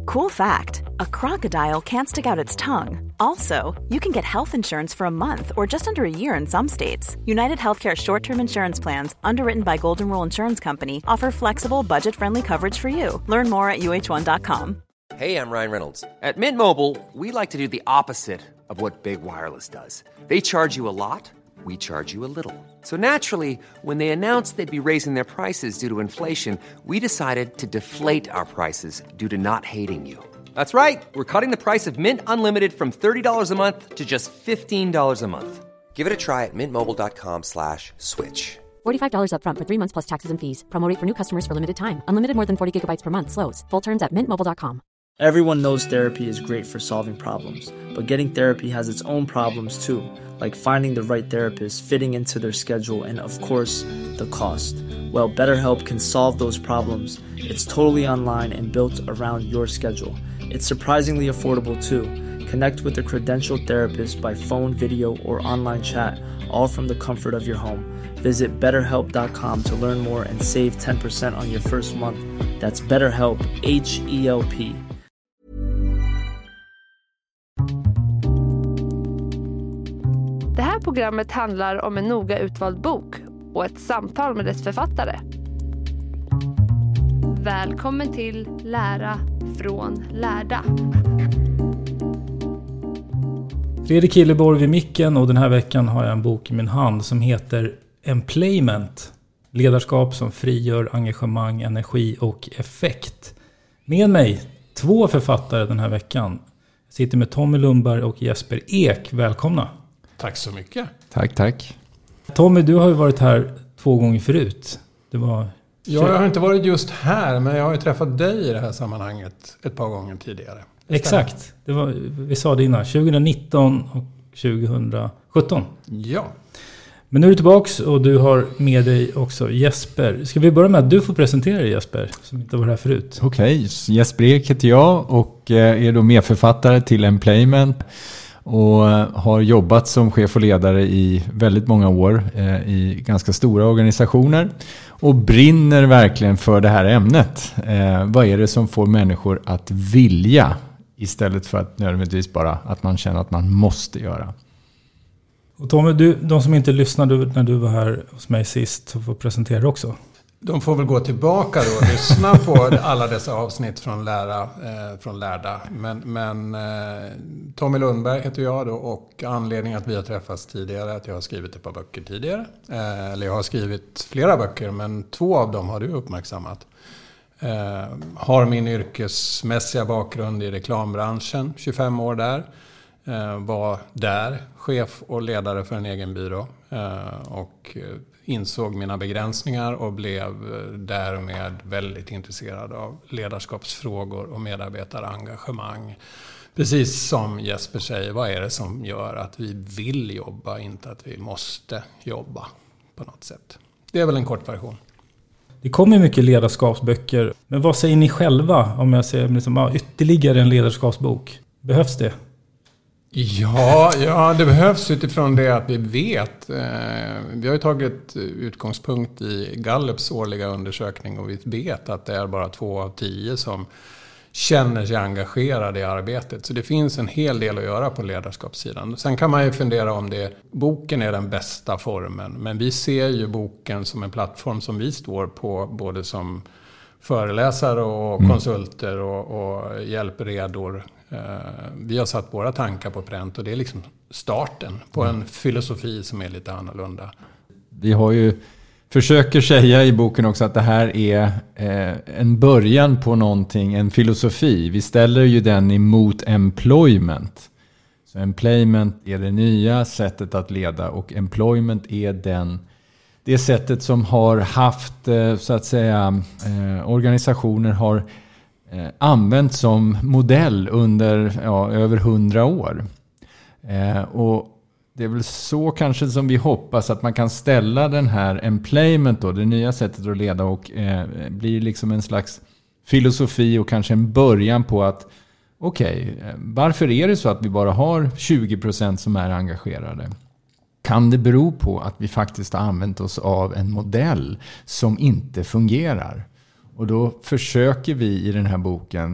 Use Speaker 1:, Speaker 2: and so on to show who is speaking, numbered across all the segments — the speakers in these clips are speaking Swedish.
Speaker 1: Cool fact, a crocodile can't stick out its tongue. Also, you can get health insurance for a month or just under a year in some states. United Healthcare short-term insurance plans, underwritten by Golden Rule Insurance Company, offer flexible, budget-friendly coverage for you. Learn more at uh1.com.
Speaker 2: Hey, I'm Ryan Reynolds. At Mint Mobile, we like to do the opposite of what Big Wireless does. They charge you a lot, we charge you a little. So naturally, when they announced they'd be raising their prices due to inflation, we decided to deflate our prices due to not hating you. That's right. We're cutting the price of Mint Unlimited from $30 a month to just $15 a month. Give it a try at mintmobile.com/switch.
Speaker 3: $45 up front for 3 months plus taxes and fees. Promo rate for new customers for limited time. Unlimited more than 40 gigabytes per month slows. Full terms at mintmobile.com.
Speaker 4: Everyone knows therapy is great for solving problems, but getting therapy has its own problems too, like finding the right therapist, fitting into their schedule, and of course, the cost. Well, BetterHelp can solve those problems. It's totally online and built around your schedule. It's surprisingly affordable too. Connect with a credentialed therapist by phone, video, or online chat, all from the comfort of your home. Visit BetterHelp.com to learn more and save 10% on your first month. That's BetterHelp, H-E-L-P.
Speaker 5: Det här programmet handlar om en noga utvald bok och ett samtal med dess författare. Välkommen till Lära från lärda.
Speaker 6: Fredrik Killeborg vid micken, och den här veckan har jag en bok i min hand som heter Employment. Ledarskap som frigör engagemang, energi och effekt. Med mig 2 författare den här veckan. Jag sitter med Tommy Lundberg och Jesper Ek. Välkomna.
Speaker 7: Tack så mycket.
Speaker 8: Tack.
Speaker 6: Tommy, du har ju varit här 2 gånger förut.
Speaker 7: Jag har inte varit just här, men jag har ju träffat dig i det här sammanhanget ett par gånger tidigare.
Speaker 6: Exakt. Vi sa det innan. 2019 och 2017.
Speaker 7: Ja.
Speaker 6: Men nu är du tillbaks och du har med dig också Jesper. Ska vi börja med att du får presentera dig, Jesper, som inte var här förut?
Speaker 8: Okej, Jesper Ek heter jag och är då medförfattare till Employment. Och har jobbat som chef och ledare i väldigt många år i ganska stora organisationer. Och brinner verkligen för det här ämnet. Vad är det som får människor att vilja istället för att nödvändigtvis bara att man känner att man måste göra?
Speaker 6: Och Tommy, de som inte lyssnade när du var här hos mig sist får presentera också.
Speaker 7: De får väl gå tillbaka då och lyssna på alla dessa avsnitt från lärda. Men Tommy Lundberg heter jag då, och anledningen att vi har träffats tidigare är att jag har skrivit ett par böcker tidigare. Eller jag har skrivit flera böcker, men 2 av dem har du uppmärksammat. Har min yrkesmässiga bakgrund i reklambranschen, 25 år där. Var där chef och ledare för en egen byrå och insåg mina begränsningar och blev därmed väldigt intresserad av ledarskapsfrågor och medarbetarengagemang. Precis som Jesper säger, vad är det som gör att vi vill jobba, inte att vi måste jobba på något sätt. Det är väl en kort version.
Speaker 6: Det kommer mycket ledarskapsböcker, men vad säger ni själva om jag säger liksom, ytterligare en ledarskapsbok? Behövs det?
Speaker 7: Ja, det behövs utifrån det att vi vet. Vi har ju tagit utgångspunkt i Gallups årliga undersökning och vi vet att det är bara 2 av 10 som känner sig engagerade i arbetet. Så det finns en hel del att göra på ledarskapssidan. Sen kan man ju fundera om boken är den bästa formen. Men vi ser ju boken som en plattform som vi står på både som föreläsare och konsulter och hjälpredor. Vi har satt våra tankar på pränt och det är liksom starten på en filosofi som är lite annorlunda.
Speaker 8: Vi har ju försöker säga i boken också att det här är en början på någonting, en filosofi. Vi ställer ju den emot employment. Så employment är det nya sättet att leda och employment är det sättet som har haft, så att säga, organisationer har använt som modell under över 100 år. Och det är väl så kanske som vi hoppas att man kan ställa den här employment då, det nya sättet att leda och blir liksom en slags filosofi och kanske en början på att varför är det så att vi bara har 20% som är engagerade? Kan det bero på att vi faktiskt har använt oss av en modell som inte fungerar? Och då försöker vi i den här boken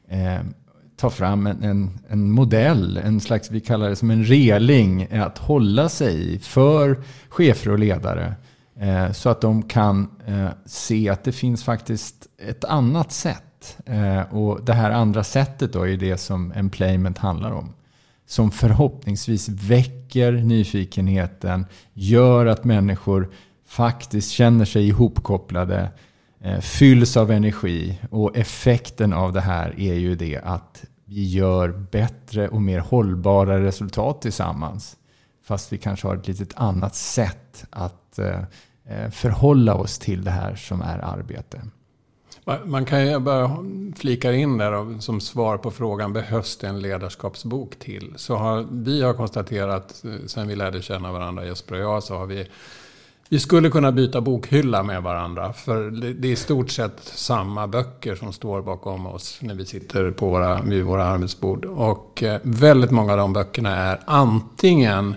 Speaker 8: ta fram en modell, en slags, vi kallar det som en reling att hålla sig i för chefer och ledare. Så att de kan se att det finns faktiskt ett annat sätt. Och det här andra sättet då är det som employment handlar om. Som förhoppningsvis väcker nyfikenheten, gör att människor faktiskt känner sig ihopkopplade, fylls av energi. Och effekten av det här är ju det att vi gör bättre och mer hållbara resultat tillsammans. Fast vi kanske har ett litet annat sätt att förhålla oss till det här som är arbete.
Speaker 7: Man kan ju bara flika in där som svar på frågan, behövs det en ledarskapsbok till? Så vi har konstaterat, sen vi lärde känna varandra, Jesper och jag, så har vi skulle kunna byta bokhylla med varandra. För det är i stort sett samma böcker som står bakom oss när vi sitter vid våra arbetsbord. Och väldigt många av de böckerna är antingen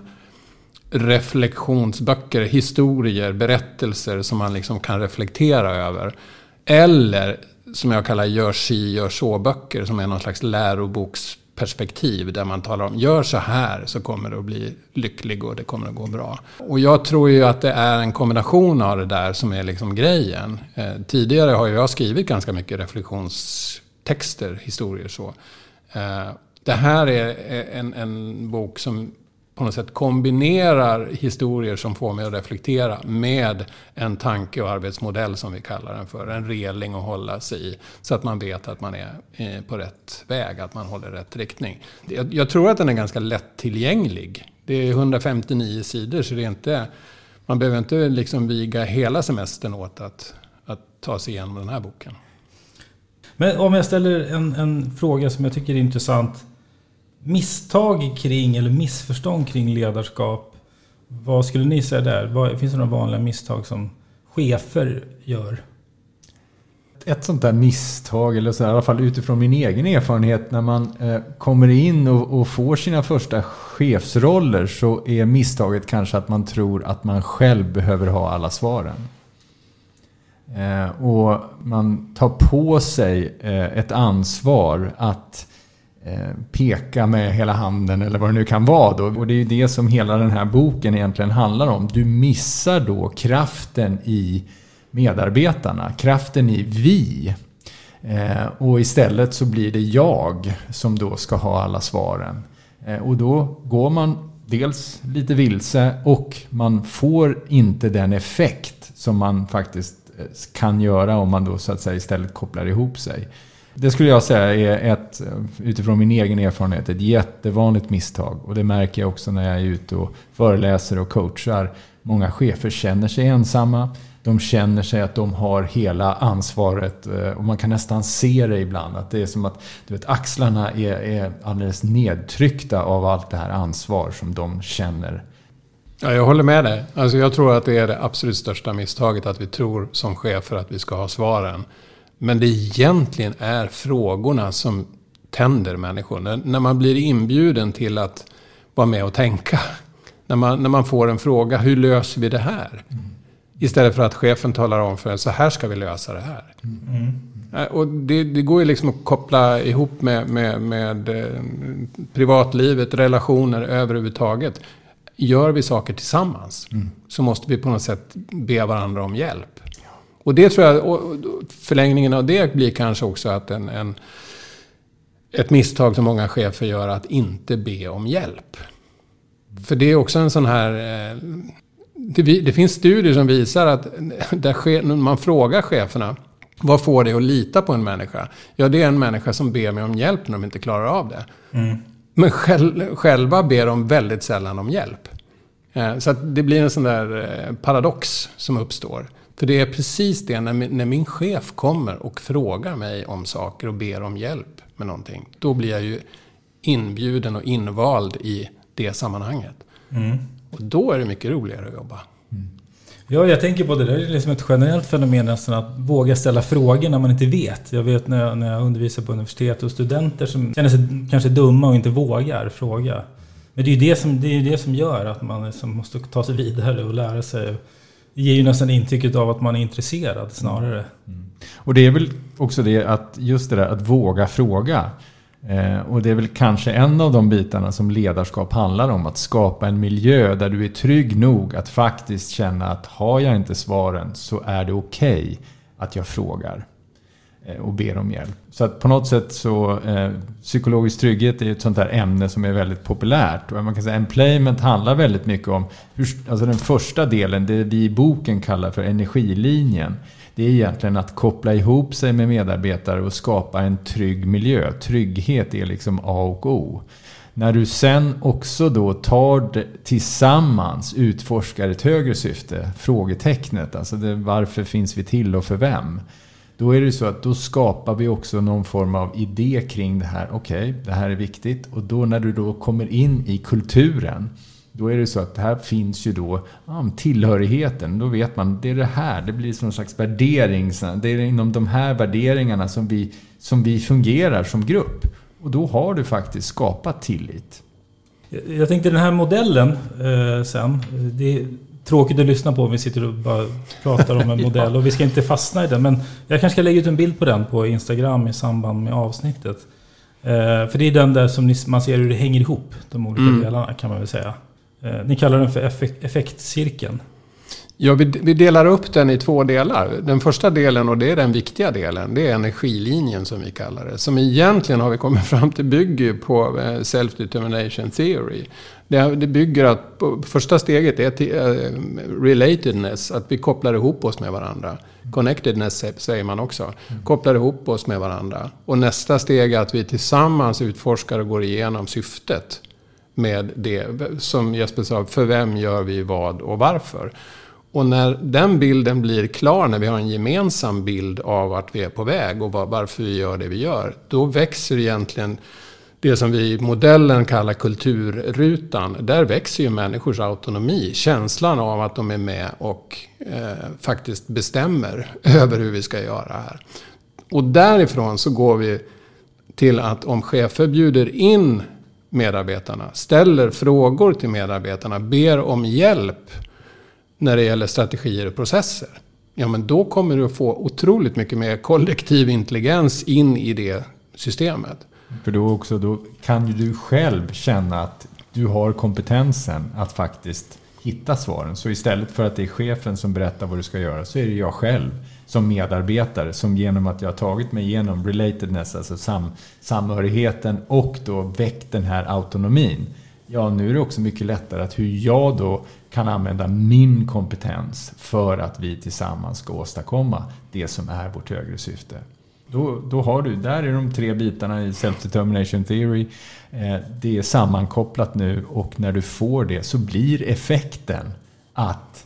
Speaker 7: reflektionsböcker, historier, berättelser som man liksom kan reflektera över. Eller som jag kallar gör si, gör så böcker, som är någon slags läroboksperspektiv där man talar om gör så här så kommer det att bli lycklig och det kommer att gå bra. Och jag tror ju att det är en kombination av det där som är liksom grejen. Tidigare har jag skrivit ganska mycket reflektionstexter, historier så. Det här är en bok som på något sätt kombinerar historier som får mig att reflektera med en tanke- och arbetsmodell som vi kallar den för. En reling att hålla sig i så att man vet att man är på rätt väg, att man håller rätt riktning. Jag tror att den är ganska lättillgänglig. Det är 159 sidor så det är inte, man behöver inte liksom viga hela semestern åt att ta sig igenom den här boken.
Speaker 6: Men om jag ställer en fråga som jag tycker är intressant. Misstag kring eller missförstånd kring ledarskap. Vad skulle ni säga där? Finns det några vanliga misstag som chefer gör?
Speaker 8: Ett sånt där misstag, eller så här, i alla fall utifrån min egen erfarenhet, när man kommer in och får sina första chefsroller, så är misstaget kanske att man tror att man själv behöver ha alla svaren. Och man tar på sig ett ansvar att peka med hela handen eller vad det nu kan vara då. Och det är ju det som hela den här boken egentligen handlar om. Du missar då kraften i medarbetarna, kraften i vi. Och istället så blir det jag som då ska ha alla svaren. Och då går man dels lite vilse och man får inte den effekt som man faktiskt kan göra om man då så att säga istället kopplar ihop sig. Det skulle jag säga är utifrån min egen erfarenhet ett jättevanligt misstag. Och det märker jag också när jag är ute och föreläser och coachar. Många chefer känner sig ensamma. De känner sig att de har hela ansvaret. Och man kan nästan se det ibland. Att det är som att axlarna är alldeles nedtryckta av allt det här ansvar som de känner.
Speaker 7: Ja, jag håller med dig. Alltså jag tror att det är det absolut största misstaget, att vi tror som chefer att vi ska ha svaren. Men det egentligen är frågorna som tänder människor. När man blir inbjuden till att vara med och tänka. När man får en fråga, hur löser vi det här? Istället för att chefen talar om för en, så här ska vi lösa det här. Och det går ju liksom att koppla ihop med privatlivet, relationer överhuvudtaget. Gör vi saker tillsammans så måste vi på något sätt be varandra om hjälp. Och det tror jag, och förlängningen av det blir kanske också att ett misstag som många chefer gör, att inte be om hjälp. För det är också en sån här, det finns studier som visar att när man frågar cheferna, vad får det att lita på en människa? Ja, det är en människa som ber mig om hjälp när de inte klarar av det. Men själva ber de väldigt sällan om hjälp. Så att det blir en sån där paradox som uppstår. För det är precis det, när min chef kommer och frågar mig om saker och ber om hjälp med någonting. Då blir jag ju inbjuden och invald i det sammanhanget. Och då är det mycket roligare att jobba.
Speaker 6: Ja, jag tänker på det där är liksom ett generellt fenomen nästan, att våga ställa frågor när man inte vet. Jag vet när jag undervisar på universitet och studenter som känner sig kanske dumma och inte vågar fråga. Men det är ju det som gör att man liksom måste ta sig vidare och lära sig ger ju nästan intrycket av att man är intresserad snarare.
Speaker 8: Och det är väl också det att just det där att våga fråga. Och det är väl kanske en av de bitarna som ledarskap handlar om. Att skapa en miljö där du är trygg nog att faktiskt känna att har jag inte svaren så är det okej att jag frågar och ber om hjälp. Så att på något sätt så psykologisk trygghet är ett sånt där ämne som är väldigt populärt. Och man kan säga employment handlar väldigt mycket om alltså den första delen, det vi i boken kallar för energilinjen. Det är egentligen att koppla ihop sig med medarbetare och skapa en trygg miljö. Trygghet är liksom A och O. När du sen också då tar tillsammans utforskar ett högre syfte, frågetecknet, alltså varför finns vi till och för vem? Då är det så att då skapar vi också någon form av idé kring det här. Okej, det här är viktigt. Och då när du då kommer in i kulturen, då är det så att det här finns ju då tillhörigheten. Då vet man, det är det här. Det blir någon slags värdering. Det är inom de här värderingarna som vi fungerar som grupp. Och då har du faktiskt skapat tillit.
Speaker 6: Jag tänkte den här modellen sen. Det är tråkigt att lyssna på om vi sitter och bara pratar om en modell. Och vi ska inte fastna i den. Men jag kanske ska lägga ut en bild på den på Instagram i samband med avsnittet. För det är den där som man ser hur det hänger ihop. De olika delarna kan man väl säga. Ni kallar den för effektcirkeln.
Speaker 7: Ja, vi delar upp den i 2 delar. Den första delen, och det är den viktiga delen, det är energilinjen som vi kallar det. Som egentligen har vi kommit fram till bygger på self-determination theory. Det bygger att första steget är relatedness, att vi kopplar ihop oss med varandra. Connectedness säger man också. Kopplar ihop oss med varandra. Och nästa steg är att vi tillsammans utforskar och går igenom syftet med det. Som Jesper sa, för vem gör vi vad och varför? Och när den bilden blir klar, när vi har en gemensam bild av vart vi är på väg och varför vi gör det vi gör, då växer egentligen det som vi i modellen kallar kulturrutan. Där växer ju människors autonomi, känslan av att de är med och faktiskt bestämmer över hur vi ska göra här. Och därifrån så går vi till att om chefer bjuder in medarbetarna, ställer frågor till medarbetarna, ber om hjälp när det gäller strategier och processer, ja men då kommer du att få otroligt mycket mer kollektiv intelligens in i det systemet.
Speaker 8: För då kan ju du själv känna att du har kompetensen att faktiskt hitta svaren. Så istället för att det är chefen som berättar vad du ska göra, så är det jag själv som medarbetare som genom att jag har tagit mig igenom relatedness, alltså samhörigheten, och då väckt den här autonomin. Ja, nu är det också mycket lättare att hur jag då kan använda min kompetens för att vi tillsammans ska åstadkomma det som är vårt högre syfte. Då har du, där är de 3 bitarna i self-determination theory. Det är sammankopplat nu, och när du får det så blir effekten att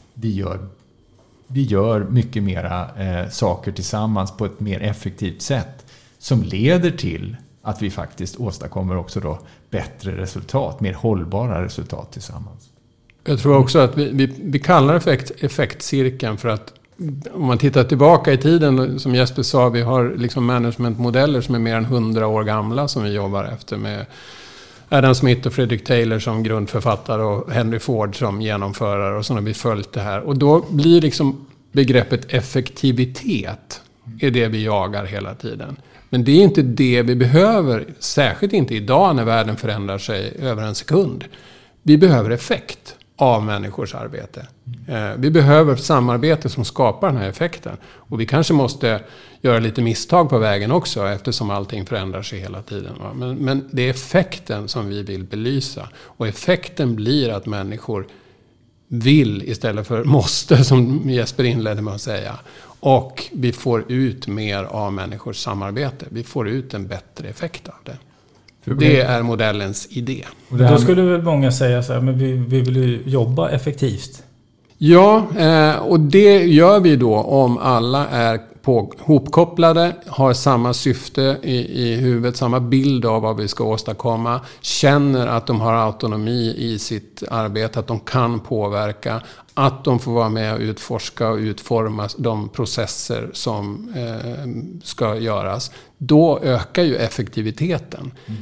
Speaker 8: vi gör mycket mera saker tillsammans på ett mer effektivt sätt som leder till att vi faktiskt åstadkommer också då bättre resultat, mer hållbara resultat tillsammans.
Speaker 7: Jag tror också att vi kallar effektcirkeln för att om man tittar tillbaka i tiden, som Jesper sa, vi har liksom managementmodeller som är mer än 100 år gamla som vi jobbar efter, med Adam Smith och Frederick Taylor som grundförfattare och Henry Ford som genomförare, och så har vi följt det här. Och då blir liksom begreppet effektivitet är det vi jagar hela tiden. Men det är inte det vi behöver, särskilt inte idag när världen förändrar sig över en sekund. Vi behöver effekt av människors arbete. Vi behöver samarbete som skapar den här effekten. Och vi kanske måste göra lite misstag på vägen också, eftersom allting förändrar sig hela tiden. Men det är effekten som vi vill belysa. Och effekten blir att människor vill istället för måste, som Jesper inledde med att säga. Och vi får ut mer av människors samarbete. Vi får ut en bättre effekt av det. Det är modellens idé.
Speaker 6: Och då skulle väl många säga så här, men vi vill ju jobba effektivt.
Speaker 7: Ja, och det gör vi då om alla är hopkopplade, har samma syfte i huvudet, samma bild av vad vi ska åstadkomma, känner att de har autonomi i sitt arbete, att de kan påverka, att de får vara med och utforska och utforma de processer som ska göras. Då ökar ju effektiviteten.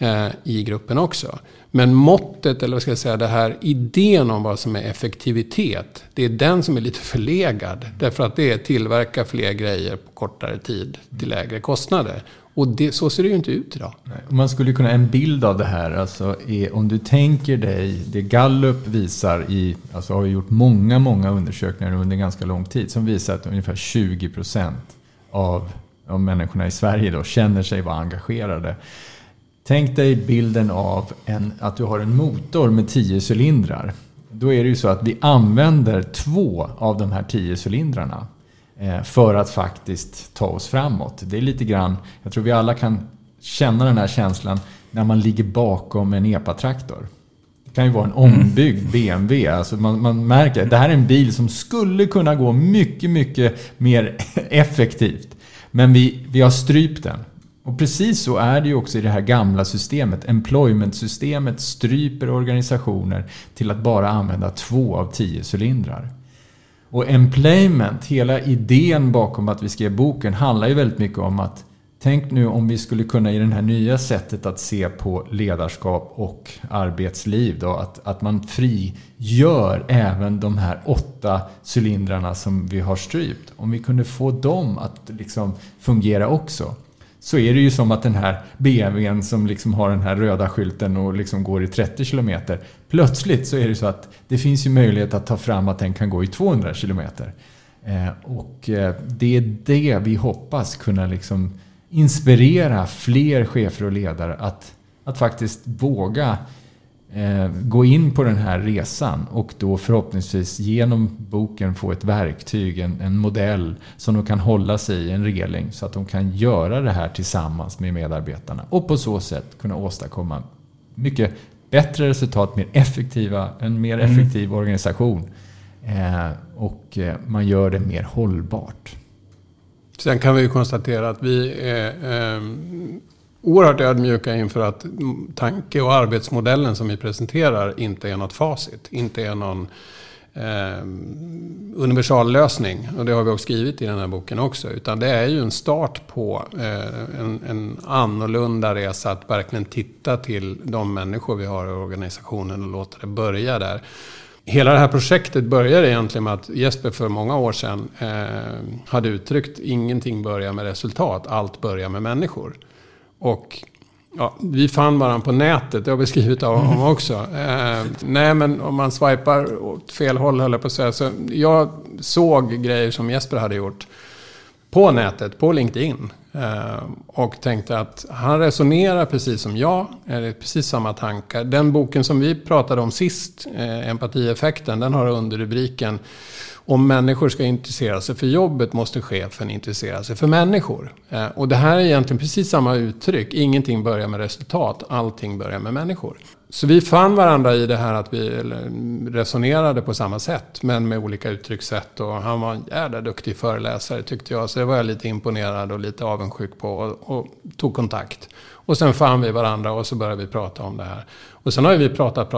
Speaker 7: i gruppen också. Men måttet, eller vad ska jag säga, det här idén om vad som är effektivitet, det är den som är lite förlegad. Därför att det är tillverka fler grejer på kortare tid till lägre kostnader. Och så ser det ju inte ut idag.
Speaker 8: Man skulle kunna en bild av det här, alltså om du tänker dig, det Gallup visar alltså har gjort många undersökningar under ganska lång tid som visar att ungefär 20% av människorna i Sverige då känner sig vara engagerade. Tänk dig bilden av att du har en motor med 10 cylindrar. Då är det ju så att vi använder 2 av de här 10 cylindrarna för att faktiskt ta oss framåt. Det är lite grann, jag tror vi alla kan känna den här känslan när man ligger bakom en EPA-traktor. Det kan ju vara en ombyggd BMW. Alltså man märker att det här är en bil som skulle kunna gå mycket mer effektivt. Men vi har strypt den. Och precis så är det ju också i det här gamla systemet. Employment-systemet stryper organisationer till att bara använda 2 av 10 cylindrar. Och employment, hela idén bakom att vi skrev boken, handlar ju väldigt mycket om att tänk nu om vi skulle kunna i det här nya sättet att se på ledarskap och arbetsliv då, att man frigör även de här 8 cylindrarna som vi har strypt. Om vi kunde få dem att liksom fungera också, så är det ju som att den här BMWn som liksom har den här röda skylten och liksom går i 30 kilometer. Plötsligt så är det så att det finns ju möjlighet att ta fram att den kan gå i 200 kilometer. Och det är det vi hoppas kunna liksom inspirera fler chefer och ledare att faktiskt våga gå in på den här resan och då förhoppningsvis genom boken få ett verktyg, en modell som de kan hålla sig i, en reling, så att de kan göra det här tillsammans med medarbetarna och på så sätt kunna åstadkomma mycket bättre resultat, en mer effektiv organisation och man gör det mer hållbart.
Speaker 7: Sen kan vi ju konstatera att vi är oerhört ödmjuka inför att tanke- och arbetsmodellen som vi presenterar inte är något facit, inte är någon universallösning. Och det har vi också skrivit i den här boken också. Utan det är ju en start på en annorlunda resa att verkligen titta till de människor vi har i organisationen och låta det börja där. Hela det här projektet började egentligen med att Jesper för många år sedan hade uttryckt ingenting börjar med resultat, allt börjar med människor. Och ja, vi fann varandra på nätet, det har vi skrivit om också. Nej, men om man swipar åt fel håll, höll jag på att säga. Så jag såg grejer som Jesper hade gjort på nätet, på LinkedIn. Och tänkte att han resonerar precis som jag, är precis samma tankar. Den boken som vi pratade om sist, Empatieffekten, den har under rubriken om människor ska intressera sig för jobbet måste chefen intressera sig för människor. Och det här är egentligen precis samma uttryck. Ingenting börjar med resultat, allting börjar med människor. Så vi fann varandra i det här att vi resonerade på samma sätt, men med olika uttryckssätt. Och han var en jävla duktig föreläsare tyckte jag. Så det var jag lite imponerad och lite avundsjuk på och tog kontakt. Och sen fann vi varandra och så började vi prata om det här. Och sen har vi pratat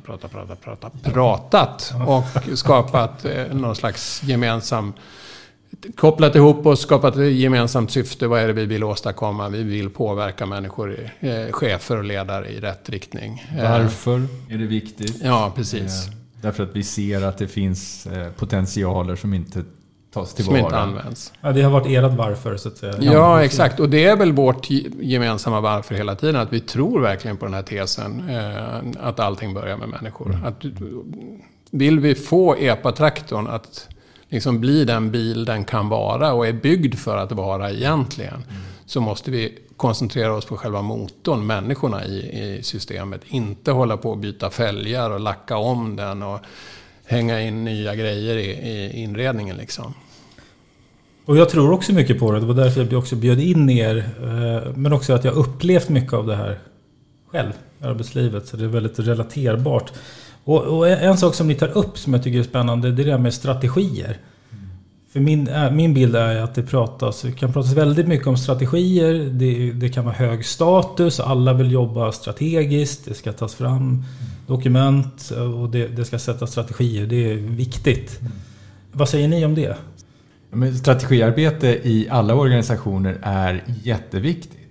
Speaker 7: och skapat någon slags gemensam, kopplat ihop och skapat ett gemensamt syfte. Vad är det vi vill åstadkomma? Vi vill påverka människor, chefer och ledare i rätt riktning.
Speaker 8: Varför är det viktigt?
Speaker 7: Ja, precis.
Speaker 8: Därför att vi ser att det finns potentialer som inte tas tillvara.
Speaker 7: Som inte används.
Speaker 6: Ja, det har varit ert varför så att säga.
Speaker 7: Ja, exakt. Och det är väl vårt gemensamma varför hela tiden. Att vi tror verkligen på den här tesen. Att allting börjar med människor. Att, vill vi få EPA-traktorn att liksom bli den bil den kan vara och är byggd för att vara egentligen. Så måste vi koncentrera oss på själva motorn, människorna i systemet. Inte hålla på att byta fälgar och lacka om den och hänga in nya grejer i inredningen liksom.
Speaker 6: Och jag tror också mycket på det. Det var därför jag också bjöd in er. Men också att jag upplevt mycket av det här själv i arbetslivet. Så det är väldigt relaterbart. Och en sak som ni tar upp som jag tycker är spännande, det är det här med strategier. För min bild är att det kan pratas väldigt mycket om strategier. Det kan vara hög status. Alla vill jobba strategiskt. Det ska tas fram dokument och det ska sättas strategier. Det är viktigt. Vad säger ni om det?
Speaker 8: Men strategiarbete i alla organisationer är jätteviktigt.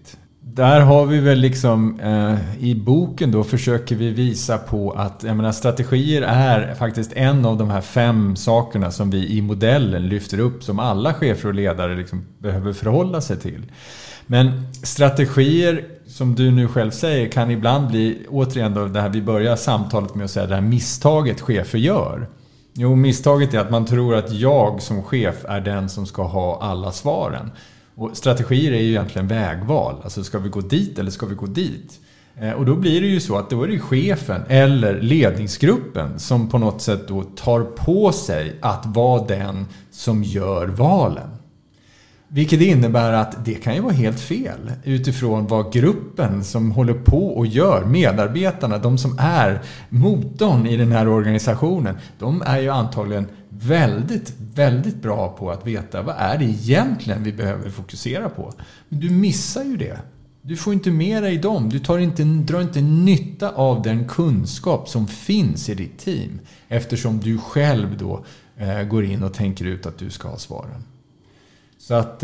Speaker 8: där har vi väl liksom i boken då försöker vi visa på att strategier är faktiskt en av de här 5 sakerna som vi i modellen lyfter upp som alla chefer och ledare liksom behöver förhålla sig till. Men strategier, som du nu själv säger, kan ibland bli, återigen då det här vi börjar samtalet med att säga, det här misstaget chefer gör. Jo, misstaget är att man tror att jag som chef är den som ska ha alla svaren. Och strategier är ju egentligen vägval. Alltså ska vi gå dit eller ska vi gå dit? Och då blir det ju så att då är det chefen eller ledningsgruppen som på något sätt då tar på sig att vara den som gör valen. Vilket innebär att det kan ju vara helt fel utifrån vad gruppen som håller på och gör, medarbetarna, de som är motorn i den här organisationen, de är ju antagligen väldigt, väldigt bra på att veta vad är det egentligen vi behöver fokusera på. Men du missar ju det. Du får inte mera i dem. Du drar inte nytta av den kunskap som finns i ditt team eftersom du själv då går in och tänker ut att du ska ha svaren. Så att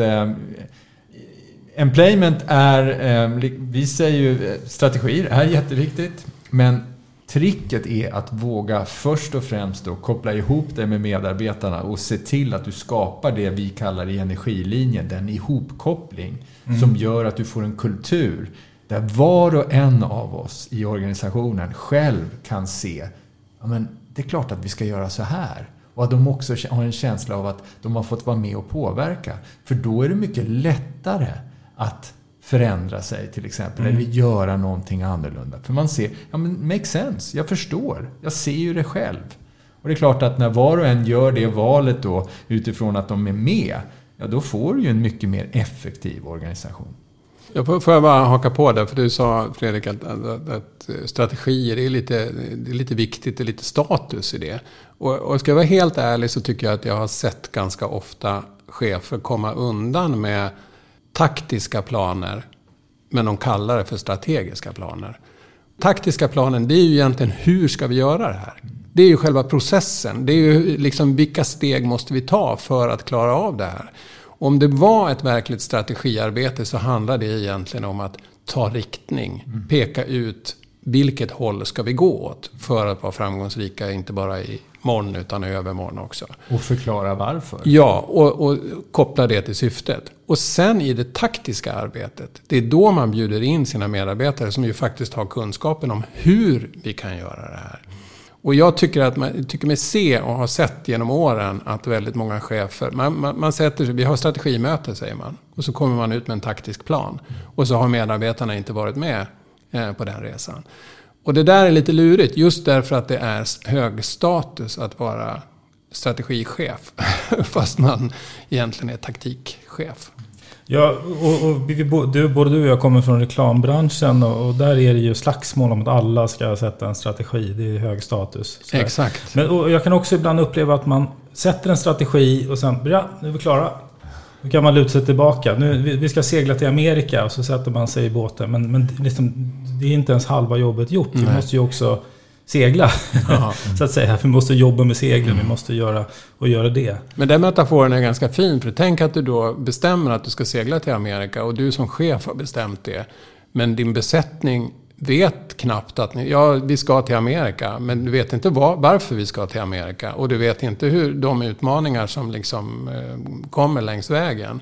Speaker 8: employment är, vi säger ju strategier är jätteviktigt, men tricket är att våga först och främst då koppla ihop dig med medarbetarna och se till att du skapar det vi kallar i energilinjen, den ihopkoppling som gör att du får en kultur där var och en av oss i organisationen själv kan se, ja men det är klart att vi ska göra så här. Och att de också har en känsla av att de har fått vara med och påverka. För då är det mycket lättare att förändra sig till exempel. Eller göra någonting annorlunda. För man ser, ja men makes sense. Jag förstår. Jag ser ju det själv. Och det är klart att när var och en gör det valet då utifrån att de är med. Ja då får du ju en mycket mer effektiv organisation.
Speaker 7: Får jag bara haka på där, för du sa Fredrik att strategier är lite viktigt, det är lite status i det. Och ska jag vara helt ärlig så tycker jag att jag har sett ganska ofta chefer komma undan med taktiska planer, men de kallar det för strategiska planer. Taktiska planen, det är ju egentligen hur ska vi göra det här? Det är ju själva processen, det är ju liksom vilka steg måste vi ta för att klara av det här? Om det var ett verkligt strategiarbete så handlar det egentligen om att ta riktning, peka ut vilket håll ska vi gå åt för att vara framgångsrika, inte bara i morgon utan i övermorgon också.
Speaker 8: Och förklara varför.
Speaker 7: Ja, och koppla det till syftet. Och sen i det taktiska arbetet, det är då man bjuder in sina medarbetare som ju faktiskt har kunskapen om hur vi kan göra det här. Och jag tycker mig se och har sett genom åren att väldigt många chefer, man sätter sig, vi har strategimöte säger man, och så kommer man ut med en taktisk plan. Och så har medarbetarna inte varit med på den resan. Och det där är lite lurigt just därför att det är hög status att vara strategichef fast man egentligen är taktikchef.
Speaker 6: Ja, och både du och jag kommer från reklambranschen och där är det ju slagsmål om att alla ska sätta en strategi. Det är hög status. Sådär.
Speaker 7: Exakt.
Speaker 6: Men och jag kan också ibland uppleva att man sätter en strategi och sen, ja, nu är vi klara. Nu kan man luta sig tillbaka. Vi ska segla till Amerika och så sätter man sig i båten. Men liksom, det är inte ens halva jobbet gjort. Vi måste ju också segla, så att säga. Vi måste jobba med seglen, vi måste göra det.
Speaker 7: Men den metaforen är ganska fin, för tänk att du då bestämmer att du ska segla till Amerika och du som chef har bestämt det. Men din besättning vet knappt att vi ska till Amerika, men du vet inte varför vi ska till Amerika och du vet inte hur de utmaningar som liksom kommer längs vägen.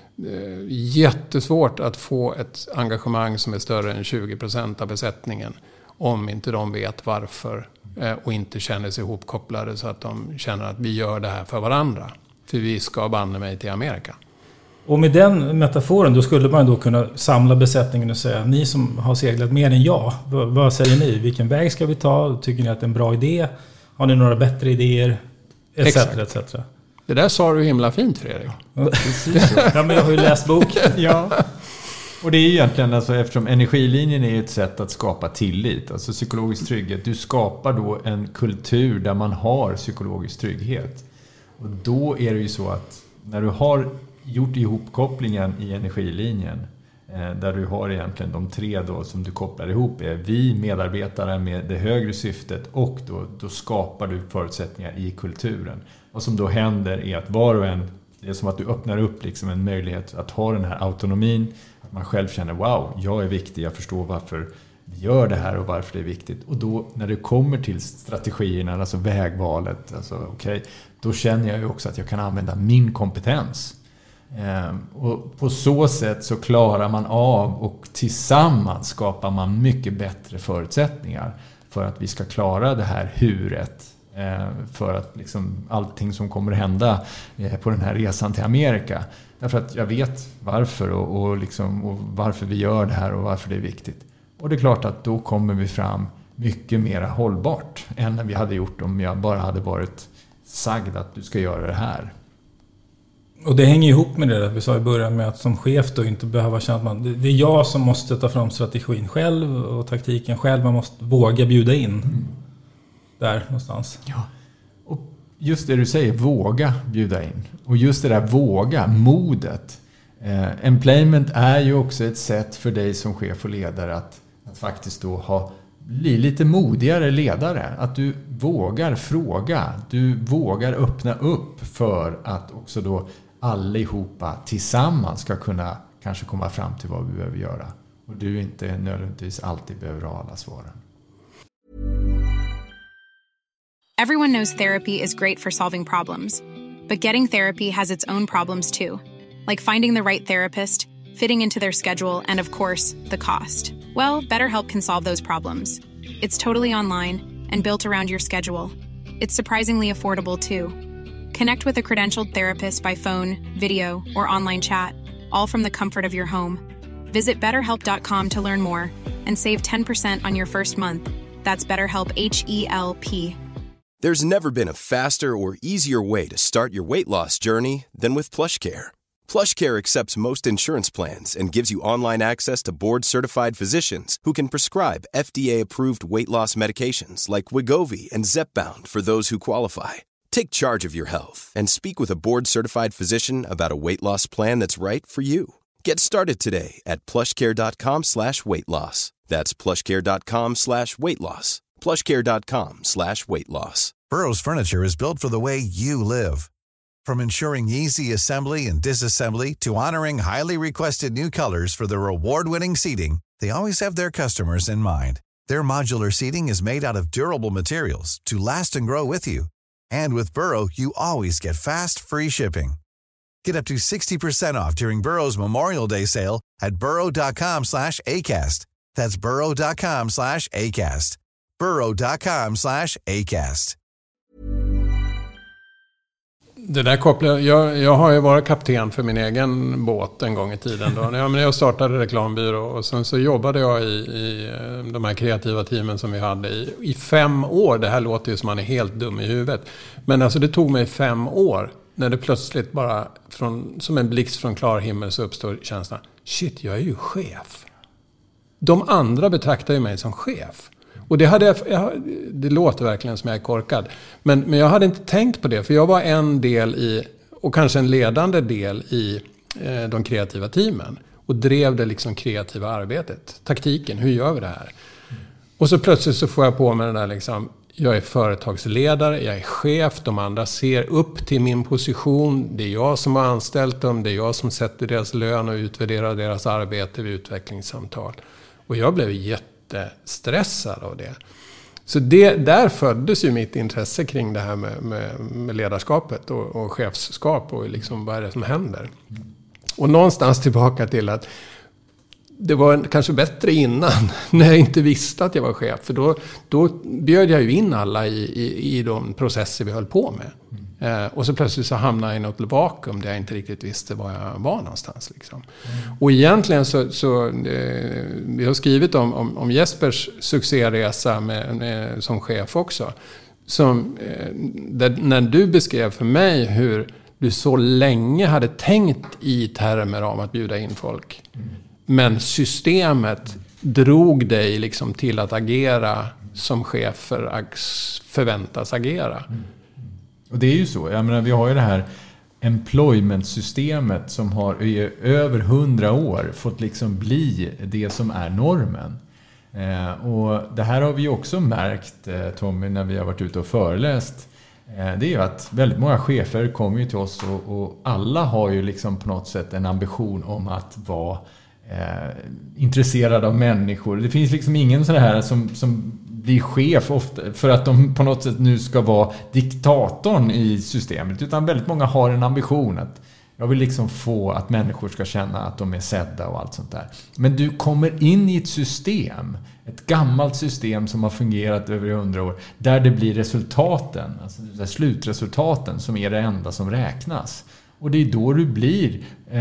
Speaker 7: Jättesvårt att få ett engagemang som är större än 20% av besättningen om inte de vet varför och inte känner sig ihopkopplade så att de känner att vi gör det här för varandra. För vi ska banne mig till Amerika.
Speaker 6: Och med den metaforen då skulle man då kunna samla besättningen och säga, ni som har seglat mer än jag, vad säger ni? Vilken väg ska vi ta? Tycker ni att det är en bra idé? Har ni några bättre idéer? Etc.
Speaker 7: Det där sa du himla fint, Fredrik.
Speaker 6: Ja, men jag har ju läst boken.
Speaker 8: Ja. Och det är egentligen, alltså, eftersom energilinjen är ett sätt att skapa tillit, alltså psykologisk trygghet. Du skapar då en kultur där man har psykologisk trygghet. Och då är det ju så att när du har gjort ihopkopplingen i energilinjen, där du har egentligen de 3 då som du kopplar ihop, är vi medarbetare med det högre syftet, och då skapar du förutsättningar i kulturen. Vad som då händer är att var och en, det är som att du öppnar upp liksom en möjlighet att ha den här autonomin, att man själv känner wow, jag är viktig, jag förstår varför vi gör det här och varför det är viktigt. Och då när det kommer till strategierna, alltså vägvalet, alltså, då känner jag ju också att jag kan använda min kompetens. Och på så sätt så klarar man av och tillsammans skapar man mycket bättre förutsättningar för att vi ska klara det här huret. För att liksom allting som kommer att hända på den här resan till Amerika. Därför att jag vet varför och varför vi gör det här och varför det är viktigt. Och det är klart att då kommer vi fram mycket mer hållbart än när vi hade gjort om jag bara hade varit sagd att du ska göra det här.
Speaker 6: Och det hänger ihop med det vi sa i början med att som chef då inte behöva känna att det är jag som måste ta fram strategin själv och taktiken själv. Man måste våga bjuda in där någonstans.
Speaker 8: Ja, och just det du säger, våga bjuda in. Och just det där våga, modet. Employment är ju också ett sätt för dig som chef och ledare att faktiskt då bli lite modigare ledare. Att du vågar fråga, du vågar öppna upp för att också då allihopa tillsammans ska kunna kanske komma fram till vad vi behöver göra. Och du inte nödvändigtvis alltid behöver ha alla svaren.
Speaker 9: Everyone knows therapy is great for solving problems. But getting therapy has its own problems too. Like finding the right therapist, fitting into their schedule, and of course, the cost. Well, BetterHelp can solve those problems. It's totally online and built around your schedule. It's surprisingly affordable too. Connect with a credentialed therapist by phone, video, or online chat, all from the comfort of your home. Visit BetterHelp.com to learn more and save 10% on your first month. That's BetterHelp, H-E-L-P.
Speaker 10: There's never been a faster or easier way to start your weight loss journey than with PlushCare. PlushCare accepts most insurance plans and gives you online access to board-certified physicians who can prescribe FDA-approved weight loss medications like Wegovy and Zepbound for those who qualify. Take charge of your health and speak with a board-certified physician about a weight loss plan that's right for you. Get started today at plushcare.com/weightloss. That's plushcare.com/weightloss. plushcare.com/weightloss.
Speaker 11: Burrow's furniture is built for the way you live. From ensuring easy assembly and disassembly to honoring highly requested new colors for their award-winning seating, they always have their customers in mind. Their modular seating is made out of durable materials to last and grow with you. And with Burrow, you always get fast, free shipping. Get up to 60% off during Burrow's Memorial Day sale at burrow.com/ACAST. That's burrow.com/ACAST. burrow.com/ACAST.
Speaker 7: Det där kopplar jag har ju varit kapten för min egen båt en gång i tiden då. Jag startade reklambyrå och sen så jobbade jag i de här kreativa teamen som vi hade i 5 år. Det här låter ju som man är helt dum i huvudet. Men alltså det tog mig 5 år när det plötsligt bara som en blixt från klar himmel så uppstår känslan, shit, jag är ju chef. De andra betraktar ju mig som chef. Och det låter verkligen som jag är korkad. Men jag hade inte tänkt på det. För jag var en del i, och kanske en ledande del i de kreativa teamen. Och drev det liksom kreativa arbetet. Taktiken, hur gör vi det här? Och så plötsligt så får jag på mig den där liksom, jag är företagsledare, jag är chef. De andra ser upp till min position. Det är jag som har anställt dem. Det är jag som sätter deras lön och utvärderar deras arbete vid utvecklingssamtal. Och jag blev stressad av det. Så där föddes ju mitt intresse kring det här med ledarskapet och chefskap och liksom vad är det som händer. Och någonstans tillbaka till att det var kanske bättre innan när jag inte visste att jag var chef. För då bjöd jag ju in alla i de processer vi höll på med. Och så plötsligt så hamnade jag i något vakuum där jag inte riktigt visste var jag var någonstans. Liksom. Och egentligen så vi har skrivit om Jespers succéresa som chef också. När du beskrev för mig hur du så länge hade tänkt i termer om att bjuda in folk. Men systemet drog dig liksom till att agera som chefer förväntas agera.
Speaker 8: Och det är ju så. Jag menar, vi har ju det här employment-systemet som har i över 100 år fått liksom bli det som är normen. Och det här har vi också märkt, Tommy, när vi har varit ute och föreläst. Det är ju att väldigt många chefer kommer ju till oss och alla har ju liksom på något sätt en ambition om att vara intresserad av människor. Det finns liksom ingen sån här som blir chef ofta för att de på något sätt nu ska vara diktatorn i systemet, utan väldigt många har en ambition att jag vill liksom få att människor ska känna att de är sedda och allt sånt där. Men du kommer in i ett system, ett gammalt system som har fungerat över 100 år, där det blir resultaten, alltså slutresultaten som är det enda som räknas. Och det är då du blir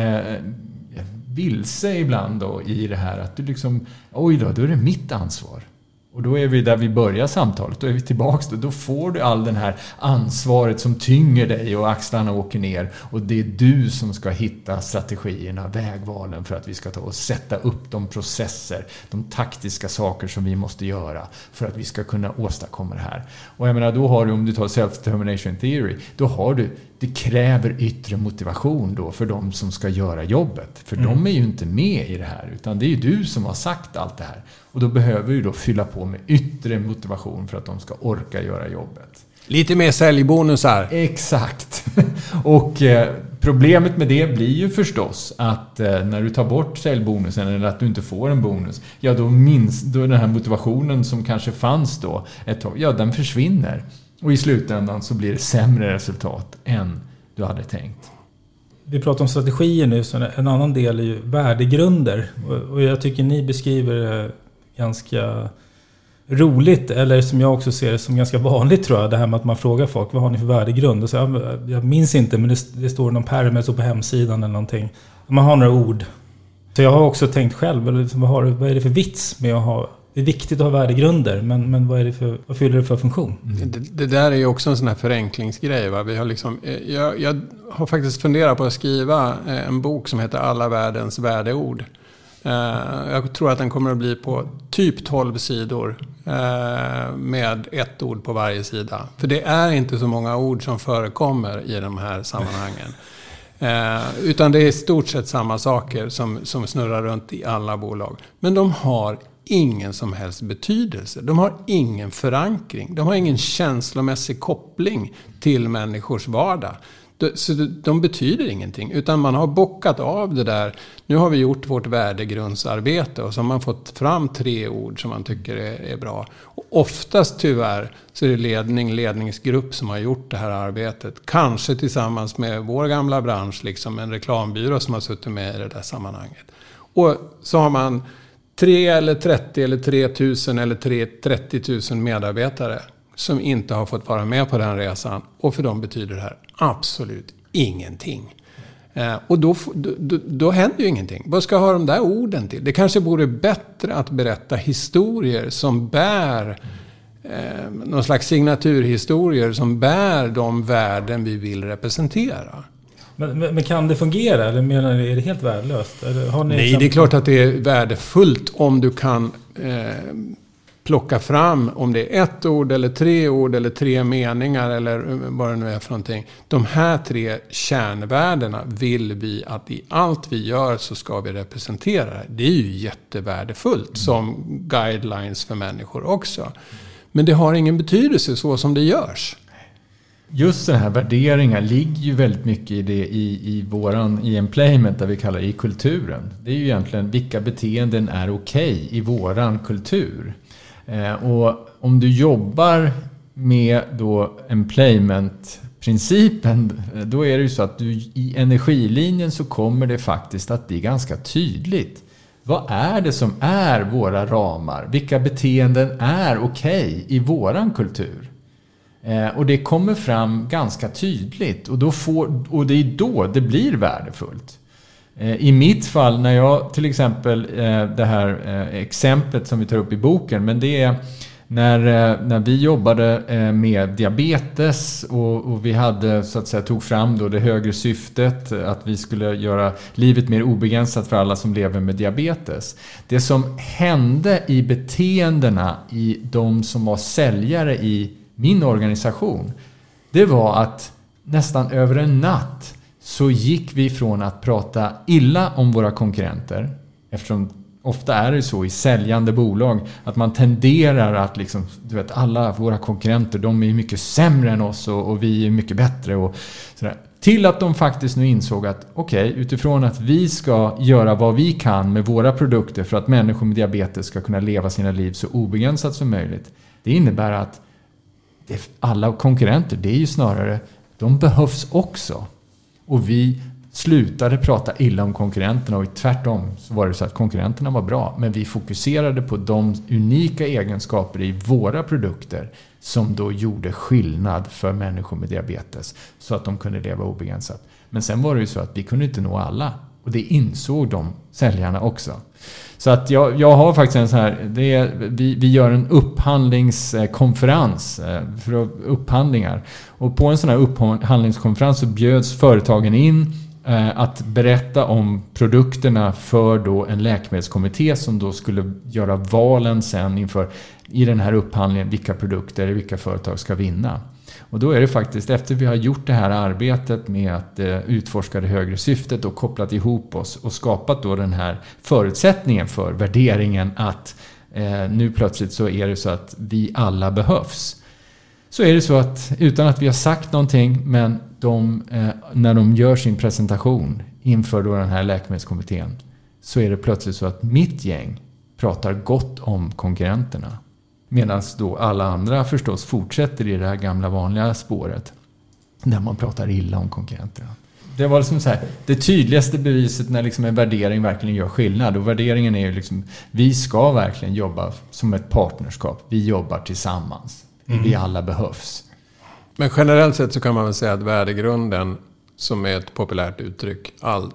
Speaker 8: vilse ibland då i det här att du liksom, oj då är det mitt ansvar. Och då är vi där vi börjar samtalet, då är vi tillbaka, då får du all den här ansvaret som tynger dig och axlarna åker ner, och det är du som ska hitta strategierna, vägvalen för att vi ska ta och sätta upp de processer, de taktiska saker som vi måste göra för att vi ska kunna åstadkomma det här. Och jag menar, då har du, om du tar self-determination theory, då har du, det kräver yttre motivation då för de som ska göra jobbet. För de är ju inte med i det här, utan det är ju du som har sagt allt det här. Och då behöver vi då fylla på med yttre motivation för att de ska orka göra jobbet.
Speaker 7: Lite mer säljbonusar.
Speaker 8: Exakt. Och problemet med det blir ju förstås att när du tar bort säljbonusen eller att du inte får en bonus, ja då den här motivationen som kanske fanns då ett tag, ja den försvinner. Och i slutändan så blir det sämre resultat än du hade tänkt.
Speaker 6: Vi pratar om strategier nu, så en annan del är ju värdegrunder. Och jag tycker ni beskriver det ganska roligt, eller som jag också ser det som ganska vanligt tror jag, det här med att man frågar folk, vad har ni för värdegrund? Och så, jag minns inte, men det står någon pärm så på hemsidan eller någonting. Man har några ord. Så jag har också tänkt själv, vad är det för vits med att ha, det är viktigt att ha värdegrunder, men vad fyller det för funktion?
Speaker 7: Det där är ju också en sån här förenklingsgrej. Va? Vi har liksom, jag har faktiskt funderat på att skriva en bok som heter Alla världens värdeord. Jag tror att den kommer att bli på typ 12 sidor med ett ord på varje sida. För det är inte så många ord som förekommer i de här sammanhangen. Utan det är i stort sett samma saker som snurrar runt i alla bolag. Men de har ingen som helst betydelse. De har ingen förankring. De har ingen känslomässig koppling till människors vardag. Så de betyder ingenting, utan man har bockat av det där. Nu har vi gjort vårt värdegrundsarbete och så har man fått fram 3 ord som man tycker är bra. Och oftast tyvärr så är det ledningsgrupp som har gjort det här arbetet. Kanske tillsammans med vår gamla bransch, liksom en reklambyrå som har suttit med i det där sammanhanget. Och så har man 3 eller 30 eller 3000 eller 30 000 medarbetare som inte har fått vara med på den resan. Och för dem betyder det här absolut ingenting. Och då händer ju ingenting. Vad ska ha de där orden till? Det kanske vore bättre att berätta historier som bär någon slags signaturhistorier som bär de värden vi vill representera.
Speaker 6: Men kan det fungera? Eller menar ni, är det helt värdelöst? Eller
Speaker 7: Nej, det är klart att det är värdefullt om du kan plocka fram, om det är 1 ord eller 3 ord eller 3 meningar eller vad det nu är för någonting. De här 3 kärnvärdena vill vi att i allt vi gör så ska vi representera. Det är ju jättevärdefullt som guidelines för människor också. Men det har ingen betydelse så som det görs.
Speaker 8: Just den här värderingar ligger ju väldigt mycket i det i employment, där vi kallar det i kulturen. Det är ju egentligen vilka beteenden är okej i våran kultur. Och om du jobbar med då employment-principen, då är det ju så att du i energilinjen så kommer det faktiskt att bli ganska tydligt. Vad är det som är våra ramar? Vilka beteenden är okej i våran kultur? Och det kommer fram ganska tydligt, och det är då det blir värdefullt. I mitt fall, när jag till exempel det här exemplet som vi tar upp i boken, men det är när vi jobbade med diabetes och vi hade så att säga tog fram då det högre syftet att vi skulle göra livet mer obegränsat för alla som lever med diabetes. Det som hände i beteendena i de som var säljare i min organisation, det var att nästan över en natt så gick vi från att prata illa om våra konkurrenter, eftersom ofta är det så i säljande bolag att man tenderar att liksom, du vet, alla våra konkurrenter, de är mycket sämre än oss och vi är mycket bättre och sådär. Till att de faktiskt nu insåg att utifrån att vi ska göra vad vi kan med våra produkter för att människor med diabetes ska kunna leva sina liv så obegränsat som möjligt. Det innebär att alla konkurrenter, det är ju snarare, de behövs också. Och vi slutade prata illa om konkurrenterna, och tvärtom så var det så att konkurrenterna var bra, men vi fokuserade på de unika egenskaper i våra produkter som då gjorde skillnad för människor med diabetes så att de kunde leva obegränsat. Men sen var det ju så att vi kunde inte nå alla, och det insåg de säljarna också. Så att jag har faktiskt en sån här, vi gör en upphandlingskonferens för upphandlingar, och på en sån här upphandlingskonferens så bjöds företagen in att berätta om produkterna för då en läkemedelskommitté som då skulle göra valen sen inför i den här upphandlingen, vilka produkter, vilka företag ska vinna. Och då är det faktiskt, efter vi har gjort det här arbetet med att utforska det högre syftet och kopplat ihop oss och skapat då den här förutsättningen för värderingen att nu plötsligt så är det så att vi alla behövs. Så är det så att utan att vi har sagt någonting, men när de gör sin presentation inför då den här läkemedelskommittén, så är det plötsligt så att mitt gäng pratar gott om konkurrenterna. Medan då alla andra förstås fortsätter i det här gamla vanliga spåret där man pratar illa om konkurrenterna. Det var liksom så här, det tydligaste beviset när liksom en värdering verkligen gör skillnad. Och värderingen är ju liksom, vi ska verkligen jobba som ett partnerskap. Vi jobbar tillsammans. Vi alla behövs.
Speaker 7: Men generellt sett så kan man väl säga att värdegrunden, som är ett populärt uttryck,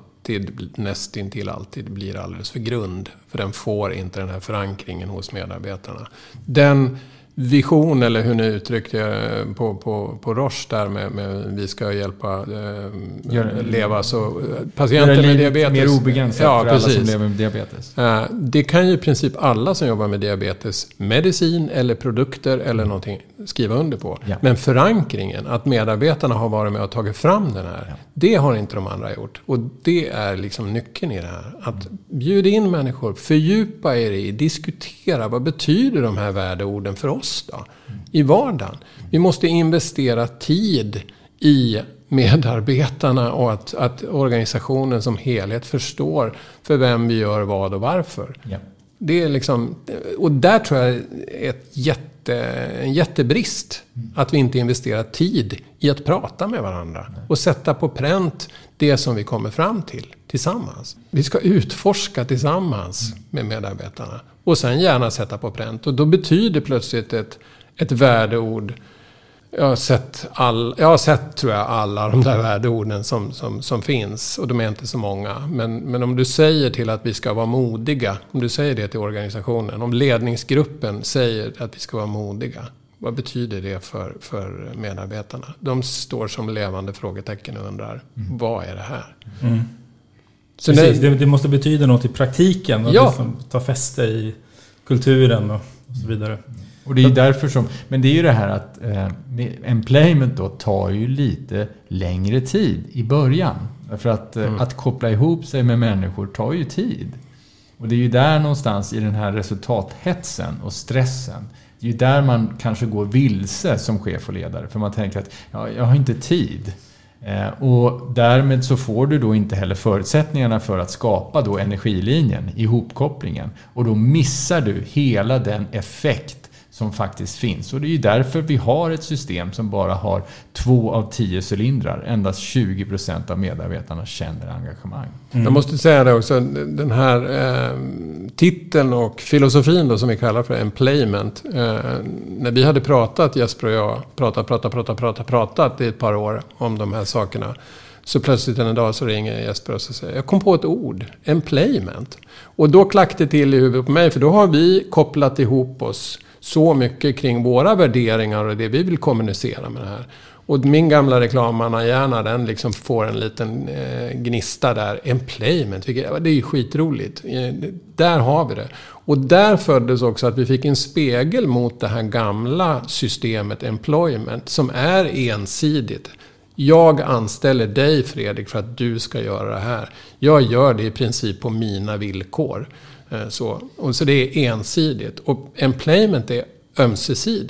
Speaker 7: nästintill alltid blir alldeles för grund. För den får inte den här förankringen hos medarbetarna. Den vision, eller hur ni uttryckte på Roche där med vi ska hjälpa leva så patienter med diabetes
Speaker 8: mer obegränsat för alla som lever med diabetes.
Speaker 7: Det kan ju i princip alla som jobbar med diabetes, medicin eller produkter eller någonting, skriva under på. Ja. Men förankringen, att medarbetarna har varit med och tagit fram den här, det har inte de andra gjort. Och det är liksom nyckeln i det här. Att bjuda in människor, fördjupa er i, diskutera, vad betyder de här värdeorden för oss då, i vardagen. Vi måste investera tid i medarbetarna och att organisationen som helhet förstår för vem vi gör vad och varför. Ja. Det är liksom, och där tror jag är en jättebrist att vi inte investerar tid i att prata med varandra och sätta på pränt det som vi kommer fram till tillsammans. Vi ska utforska tillsammans med medarbetarna och sen gärna sätta på pränt. Och då betyder plötsligt ett värdeord. Jag har sett tror jag alla de där värdeorden som finns, och de är inte så många. Men om du säger till att vi ska vara modiga, om du säger det till organisationen, om ledningsgruppen säger att vi ska vara modiga, vad betyder det för medarbetarna? De står som levande frågetecken och undrar, vad är det här? Mm.
Speaker 6: Så det måste betyda något i praktiken och liksom ta fäste i kulturen och så vidare.
Speaker 8: Och det är därför som, men det är ju det här att employment då tar ju lite längre tid i början. För att koppla ihop sig med människor tar ju tid. Och det är ju där någonstans i den här resultathetsen och stressen, det är ju där man kanske går vilse som chef och ledare. För man tänker att jag har inte tid. Och därmed så får du då inte heller förutsättningarna för att skapa då energilinjen, ihopkopplingen. Och då missar du hela den effekt som faktiskt finns. Och det är ju därför vi har ett system som bara har 2 av 10 cylindrar. Endast 20% av medarbetarna känner engagemang.
Speaker 7: Jag måste säga det också, den här titeln och filosofin då, som vi kallar för employment. När vi hade pratat, Jesper och jag, pratat i ett par år om de här sakerna. Så plötsligt en dag så ringer Jesper och så säger jag kom på ett ord, employment. Och då klackade det till i huvudet på mig, för då har vi kopplat ihop oss så mycket kring våra värderingar och det vi vill kommunicera med det här. Och min gamla reklammannahjärna, den liksom får en liten gnista där. Employment, det är ju skitroligt. Där har vi det. Och där föddes också att vi fick en spegel mot det här gamla systemet employment som är ensidigt. Jag anställer dig, Fredrik, för att du ska göra det här. Jag gör det i princip på mina villkor. Så det är ensidigt. Och employment är ömsesidigt.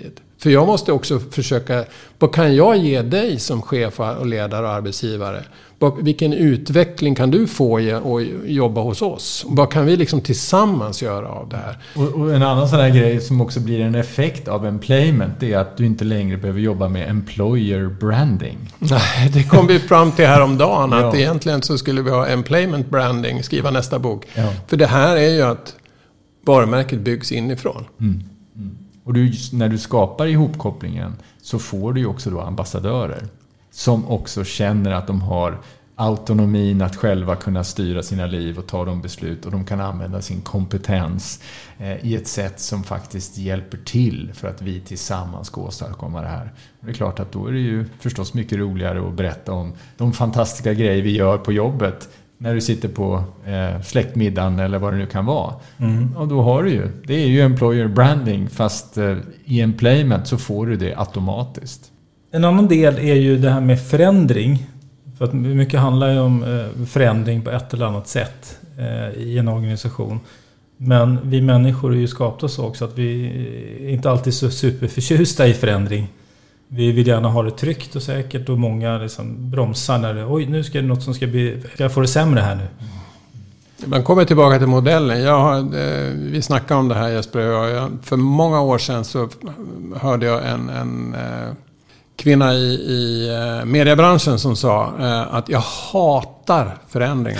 Speaker 7: För jag måste också försöka, vad kan jag ge dig som chef och ledare och arbetsgivare? Vilken utveckling kan du få och jobba hos oss? Vad kan vi liksom tillsammans göra av det här?
Speaker 8: Och en annan sån här grej som också blir en effekt av employment, det är att du inte längre behöver jobba med employer branding.
Speaker 7: Nej, det kom vi fram till häromdagen att egentligen så skulle vi ha employment branding, skriva nästa bok. Ja. För det här är ju att varumärket byggs inifrån.
Speaker 8: Och när du skapar ihopkopplingen så får du ju också då ambassadörer som också känner att de har autonomin att själva kunna styra sina liv och ta de beslut, och de kan använda sin kompetens i ett sätt som faktiskt hjälper till för att vi tillsammans ska åstadkomma det här. Och det är klart att då är det ju förstås mycket roligare att berätta om de fantastiska grejer vi gör på jobbet när du sitter på släktmiddagen eller vad det nu kan vara. Och då har du ju, det är ju employer branding, fast i employment så får du det automatiskt.
Speaker 6: En annan del är ju det här med förändring. För att mycket handlar ju om förändring på ett eller annat sätt i en organisation. Men vi människor är ju skapta så också att vi inte alltid är så superförtjusta i förändring. Vi vill gärna ha det tryggt och säkert, och många liksom bromsar när det, oj, nu ska det något som ska bli, jag får det sämre här nu.
Speaker 7: Man kommer tillbaka till modellen. Vi snackade om det här, Jesper och jag. För många år sedan så hörde jag en kvinna i mediebranschen som sa att jag hatar förändringar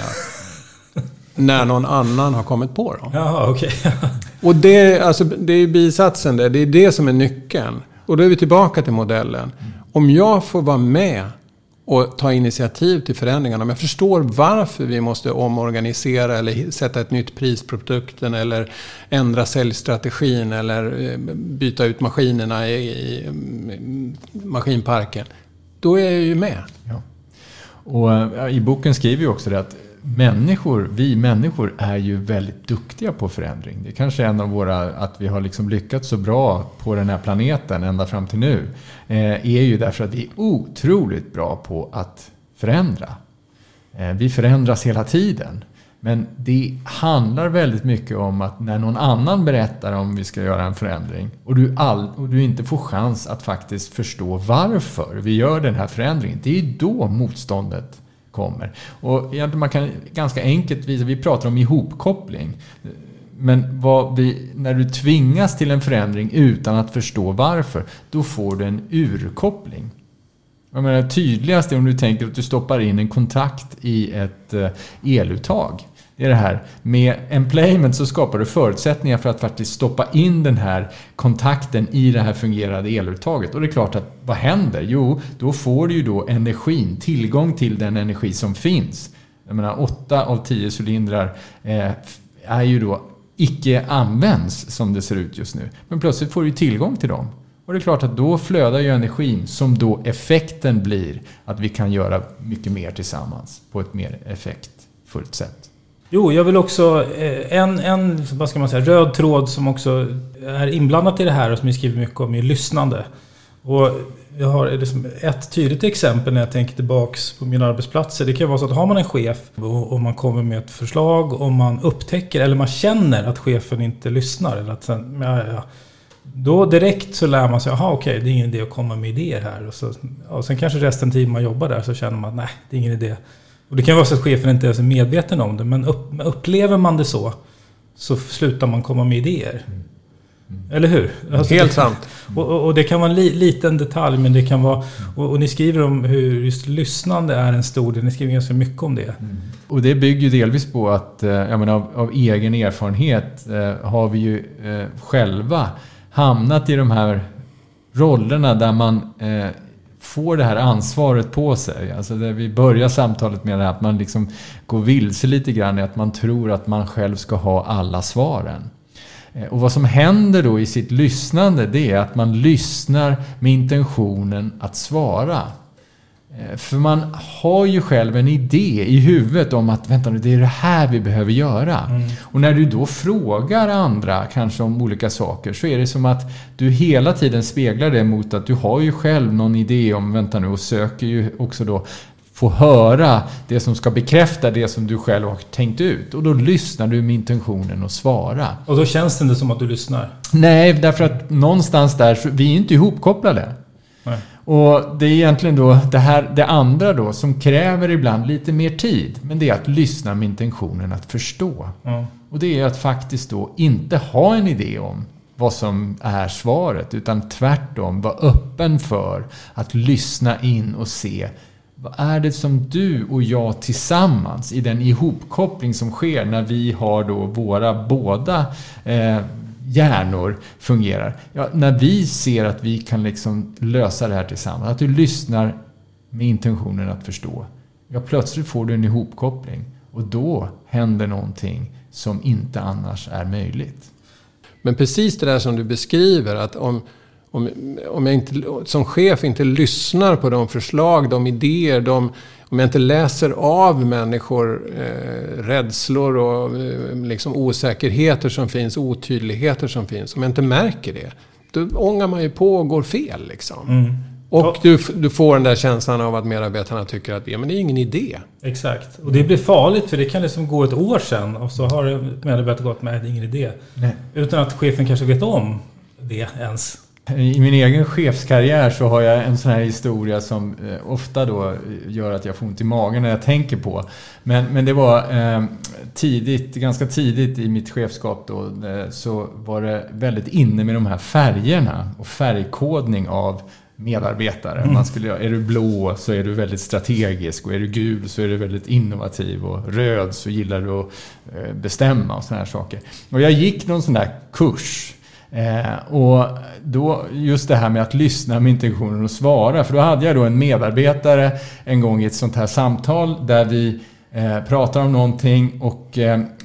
Speaker 7: när någon annan har kommit på dem.
Speaker 6: Jaha, okej.
Speaker 7: Och det är bisatsen där. Det är det som är nyckeln. Och då är vi tillbaka till modellen. Om jag får vara med och ta initiativ till förändringarna, om jag förstår varför vi måste omorganisera eller sätta ett nytt pris på produkten eller ändra säljstrategin eller byta ut maskinerna i maskinparken, då är jag ju med.
Speaker 8: Ja. Och i boken skriver vi också det att vi människor är ju väldigt duktiga på förändring. Det är kanske en av att vi har liksom lyckats så bra på den här planeten ända fram till nu, är ju därför att vi är otroligt bra på att förändra. Vi förändras hela tiden. Men det handlar väldigt mycket om att när någon annan berättar om vi ska göra en förändring och du inte får chans att faktiskt förstå varför vi gör den här förändringen, det är då motståndet kommer. Och egentligen man kan ganska enkelt visa, vi pratar om ihopkoppling. Men när du tvingas till en förändring utan att förstå varför, då får du en urkoppling. Jag menar, tydligast är om du tänker att du stoppar in en kontakt i ett eluttag. Det är det här. Med employment så skapar du förutsättningar för att faktiskt stoppa in den här kontakten i det här fungerande eluttaget. Och det är klart att vad händer? Jo, då får du ju då energin, tillgång till den energi som finns. Jag menar, 8 av 10 cylindrar är ju då icke används som det ser ut just nu. Men plötsligt får du tillgång till dem. Och det är klart att då flödar ju energin, som då effekten blir att vi kan göra mycket mer tillsammans på ett mer effektfullt sätt.
Speaker 6: Jo, jag vill också en vad ska man säga, röd tråd som också är inblandat i det här och som jag skriver mycket om är lyssnande. Och jag har liksom ett tydligt exempel när jag tänker tillbaks på mina arbetsplatser. Det kan vara så att har man en chef och man kommer med ett förslag och man upptäcker eller man känner att chefen inte lyssnar eller att då direkt så lär man sig, okej, det är ingen idé att komma med idéer här. Och sen kanske resten tid man jobbar där så känner man att nej, det är ingen idé. Och det kan vara så att chefen inte är så medveten om det, men upplever man det så slutar man komma med idéer. Eller hur? Alltså,
Speaker 7: helt sant.
Speaker 6: Och det kan vara en liten detalj, men det kan vara... Och ni skriver om hur just lyssnande är en stor del. Ni skriver ganska mycket om det.
Speaker 8: Och det bygger ju delvis på att av egen erfarenhet har vi ju själva hamnat i de här rollerna där man får det här ansvaret på sig. Alltså där vi börjar samtalet med det, att man liksom går vilse lite grann i att man tror att man själv ska ha alla svaren. Och vad som händer då i sitt lyssnande, det är att man lyssnar med intentionen att svara. För man har ju själv en idé i huvudet om att vänta nu, det är det här vi behöver göra. Och när du då frågar andra kanske om olika saker, så är det som att du hela tiden speglar det mot att du har ju själv någon idé om, vänta nu, och söker ju också då få höra det som ska bekräfta det som du själv har tänkt ut. Och då lyssnar du med intentionen att svara.
Speaker 6: Och då känns det inte som att du lyssnar?
Speaker 8: Nej, därför att någonstans där, så, vi är inte ihopkopplade.
Speaker 6: Nej.
Speaker 8: Och det är egentligen då det andra då som kräver ibland lite mer tid. Men det är att lyssna med intentionen att förstå.
Speaker 6: Mm.
Speaker 8: Och det är att faktiskt då inte ha en idé om vad som är svaret, utan tvärtom vara öppen för att lyssna in och se vad är det som du och jag tillsammans i den ihopkoppling som sker när vi har då våra båda hjärnor fungerar. Ja, när vi ser att vi kan liksom lösa det här tillsammans, att du lyssnar med intentionen att förstå. Ja, plötsligt får du en ihopkoppling och då händer någonting som inte annars är möjligt.
Speaker 7: Men precis det där som du beskriver, att om jag inte, som chef inte lyssnar på de förslag, de idéer, om jag inte läser av människor rädslor och liksom osäkerheter som finns, otydligheter som finns, om jag inte märker det, då ångar man ju på och går fel liksom. Mm. Och du får den där känslan av att medarbetarna tycker att men det är ingen idé.
Speaker 6: Exakt. Och det blir farligt, för det kan liksom gå ett år sedan och så har medarbetare gått med att det är ingen idé. Nej. Utan att chefen kanske vet om det ens.
Speaker 8: I min egen chefskarriär så har jag en sån här historia som ofta då gör att jag får ont i magen när jag tänker på. Men det var ganska tidigt i mitt chefskap då, så var det väldigt inne med de här färgerna och färgkodning av medarbetare. Är du blå så är du väldigt strategisk, och är du gul så är du väldigt innovativ, och röd så gillar du att bestämma och såna här saker. Och jag gick någon sån där kurs. Och då just det här med att lyssna med intentionen och svara, för då hade jag då en medarbetare en gång i ett sånt här samtal där vi pratar om någonting, och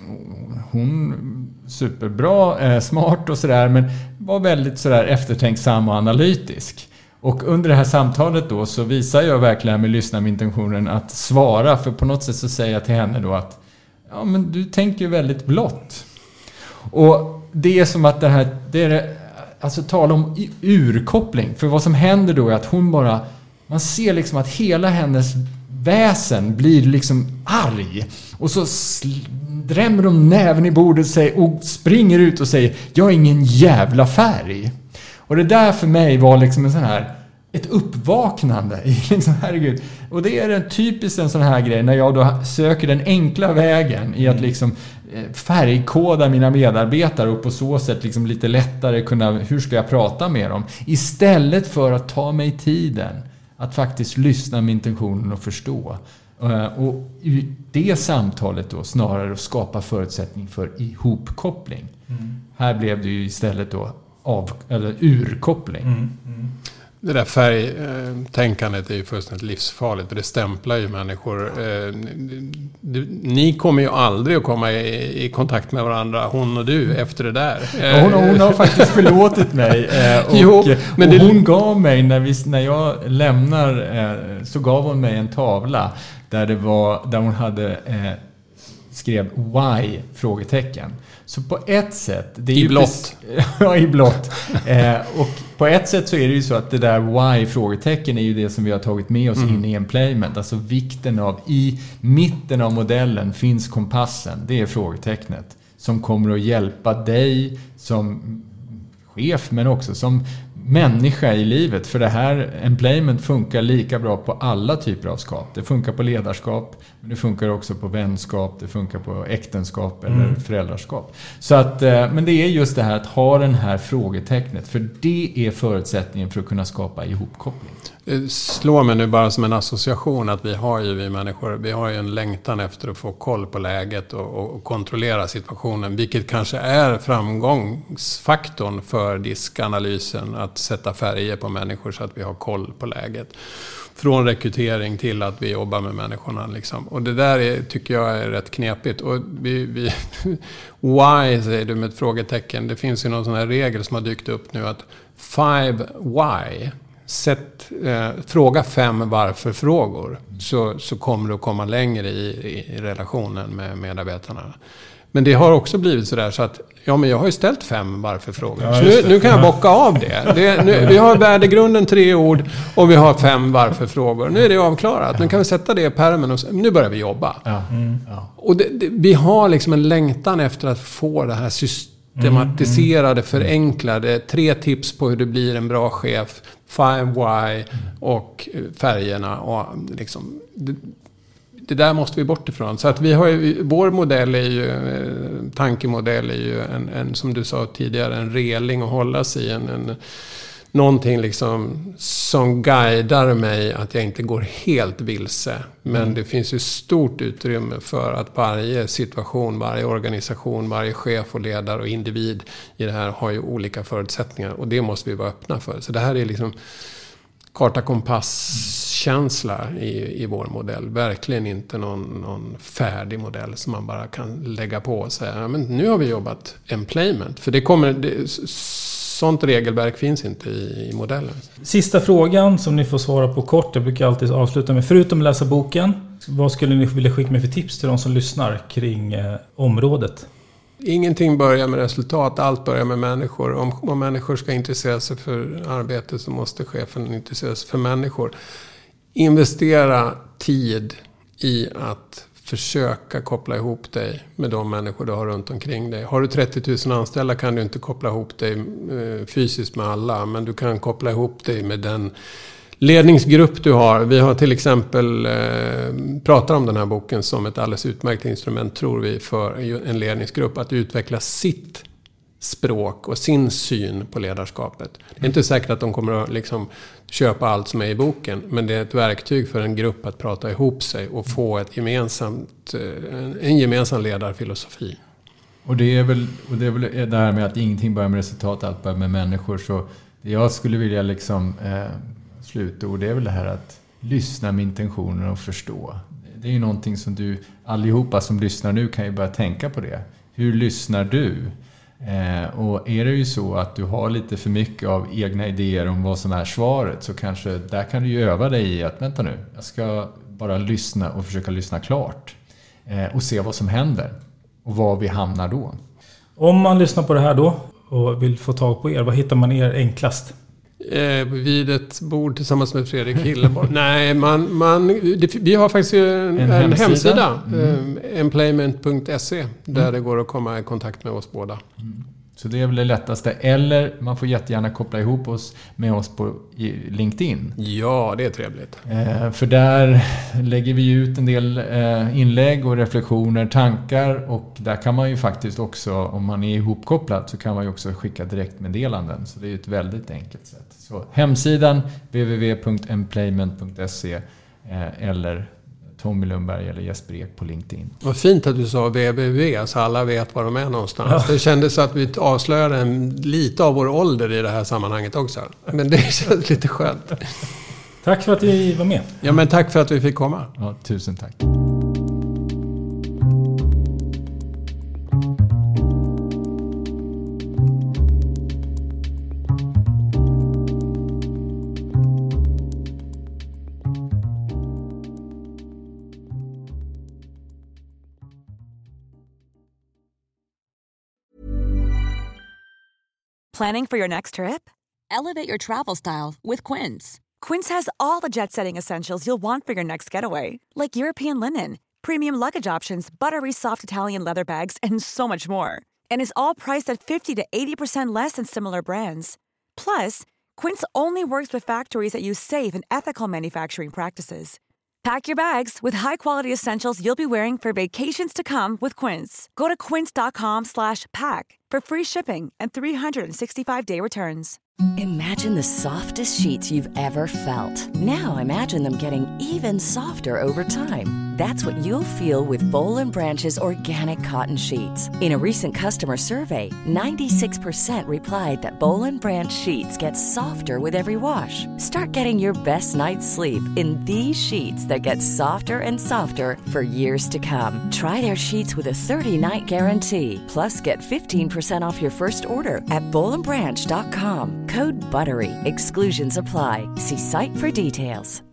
Speaker 8: hon superbra, smart och sådär, men var väldigt sådär eftertänksam och analytisk. Och under det här samtalet då så visar jag verkligen med lyssna med intentionen att svara, för på något sätt så säger jag till henne då att ja, men du tänker ju väldigt blått. Och det är som att det är alltså tala om urkoppling, för vad som händer då är att man ser liksom att hela hennes väsen blir liksom arg, och så drämmer de näven i bordet och springer ut och säger jag är ingen jävla färg. Och det där för mig var liksom ett uppvaknande i liksom, herregud. Och det är typiskt en sån här grej när jag då söker den enkla vägen i att liksom färgkoda mina medarbetare och på så sätt liksom lite lättare kunna, hur ska jag prata med dem? Istället för att ta mig tiden att faktiskt lyssna med intentionen och förstå. Och i det samtalet då snarare att skapa förutsättning för ihopkoppling. Här blev det ju istället då urkoppling.
Speaker 7: Det där färgtänkandet är ju fullständigt livsfarligt, för det stämplar ju människor. Ni kommer ju aldrig att komma i kontakt med varandra, hon och du, efter det där.
Speaker 8: Hon har faktiskt förlåtit mig. Hon gav mig, när jag lämnar, så gav hon mig en tavla där hon hade skrev why? Frågetecken. Så på ett sätt... Det är
Speaker 7: I blått.
Speaker 8: Ja, i blått. Och på ett sätt så är det ju så att det där why? Frågetecken är ju det som vi har tagit med oss in i employment. Alltså vikten av, i mitten av modellen finns kompassen. Det är frågetecknet som kommer att hjälpa dig som chef, men också som människa i livet. För det här employment funkar lika bra på alla typer av skap. Det funkar på ledarskap, men det funkar också på vänskap, det funkar på äktenskap eller föräldraskap. Så att, men det är just det här att ha den här frågetecknet, för det är förutsättningen för att kunna skapa ihopkoppling.
Speaker 7: Det slår mig nu bara som en association att vi människor, vi har ju en längtan efter att få koll på läget och kontrollera situationen, vilket kanske är framgångsfaktorn för diskanalysen, att sätta färger på människor så att vi har koll på läget. Från rekrytering till att vi jobbar med människorna. Liksom. Och det där tycker jag är rätt knepigt. Och why säger du med ett frågetecken. Det finns ju någon sån här regel som har dykt upp nu att 5 why. Fråga 5 varför-frågor. Så kommer du att komma längre i relationen med medarbetarna. Men det har också blivit sådär så att men jag har ju ställt 5 varför-frågor.
Speaker 6: Ja,
Speaker 7: så nu kan jag bocka av det. Vi har värdegrunden 3 ord och vi har 5 varför-frågor. Nu är det avklarat. Nu kan vi sätta det i pärmen och nu börjar vi jobba.
Speaker 8: Ja.
Speaker 7: Och vi har liksom en längtan efter att få det här systematiserade, förenklade. 3 tips på hur du blir en bra chef. 5 why och färgerna. Och liksom, det där måste vi bort ifrån. Så att vi har ju, vår modell är ju, tankemodell är ju en som du sa tidigare, en reling att hålla sig i. Någonting liksom som guidar mig att jag inte går helt vilse. Men det finns ju stort utrymme för att varje situation, varje organisation, varje chef och ledare och individ i det här har ju olika förutsättningar. Och det måste vi vara öppna för. Så det här är liksom karta-kompass-känsla i vår modell. Verkligen inte någon färdig modell som man bara kan lägga på och säga men nu har vi jobbat employment. För sånt regelverk finns inte i modellen.
Speaker 6: Sista frågan som ni får svara på kort. Jag brukar alltid avsluta med, förutom att läsa boken, vad skulle ni vilja skicka med för tips till de som lyssnar kring området?
Speaker 7: Ingenting börjar med resultat, allt börjar med människor. Om människor ska intressera sig för arbete så måste chefen intressera sig för människor. Investera tid i att försöka koppla ihop dig med de människor du har runt omkring dig. Har du 30 000 anställda kan du inte koppla ihop dig fysiskt med alla, men du kan koppla ihop dig med den ledningsgrupp du har. Vi har till exempel pratat om den här boken som ett alldeles utmärkt instrument, tror vi, för en ledningsgrupp att utveckla sitt språk och sin syn på ledarskapet. Det är inte säkert att de kommer att liksom köpa allt som är i boken, men det är ett verktyg för en grupp att prata ihop sig och få en gemensam ledarfilosofi.
Speaker 8: Och det är väl det här med att ingenting börjar med resultat, allt börjar med människor. Så det jag skulle vilja liksom slutord, det är väl det här att lyssna med intentioner och förstå. Det är ju någonting som du allihopa som lyssnar nu kan ju börja tänka på det. Hur lyssnar du? Och är det ju så att du har lite för mycket av egna idéer om vad som är svaret, så kanske där kan du ju öva dig i att vänta nu, jag ska bara lyssna och försöka lyssna klart och se vad som händer och var vi hamnar då. Om
Speaker 6: man lyssnar på det här då och vill få tag på er, vad hittar man er enklast?
Speaker 7: Vid ett bord tillsammans med Fredrik Hilleborg. Nej, vi har faktiskt en hemsida. Employment.se där det går att komma i kontakt med oss båda.
Speaker 8: Så det är väl det lättaste. Eller man får jättegärna koppla ihop oss med oss på LinkedIn.
Speaker 7: Ja, det är trevligt.
Speaker 8: För där lägger vi ut en del inlägg och reflektioner, tankar. Och där kan man ju faktiskt också, om man är ihopkopplad, så kan man ju också skicka direktmeddelanden. Så det är ett väldigt enkelt sätt. Så hemsidan www.employment.se eller Tommy Lundberg eller Jesper Ek på LinkedIn.
Speaker 7: Vad fint att du sa www så alla vet var de är någonstans. Ja. Det kändes att vi avslöjade lite av vår ålder i det här sammanhanget också. Men det känns lite skönt.
Speaker 6: Tack för att vi var med.
Speaker 7: Ja, men tack för att vi fick komma.
Speaker 8: Ja, tusen tack.
Speaker 12: Planning for your next trip? Elevate your travel style with Quince. Quince has all the jet-setting essentials you'll want for your next getaway, like European linen, premium luggage options, buttery soft Italian leather bags, and so much more. And is all priced at 50 to 80% less than similar brands. Plus, Quince only works with factories that use safe and ethical manufacturing practices. Pack your bags with high-quality essentials you'll be wearing for vacations to come with Quince. Go to quince.com/pack for free shipping and 365-day returns.
Speaker 13: Imagine the softest sheets you've ever felt. Now imagine them getting even softer over time. That's what you'll feel with Boll & Branch's organic cotton sheets. In a recent customer survey, 96% replied that Boll & Branch sheets get softer with every wash. Start getting your best night's sleep in these sheets that get softer and softer for years to come. Try their sheets with a 30-night guarantee. Plus, get 15% off your first order at bollandbranch.com. Code BUTTERY. Exclusions apply. See site for details.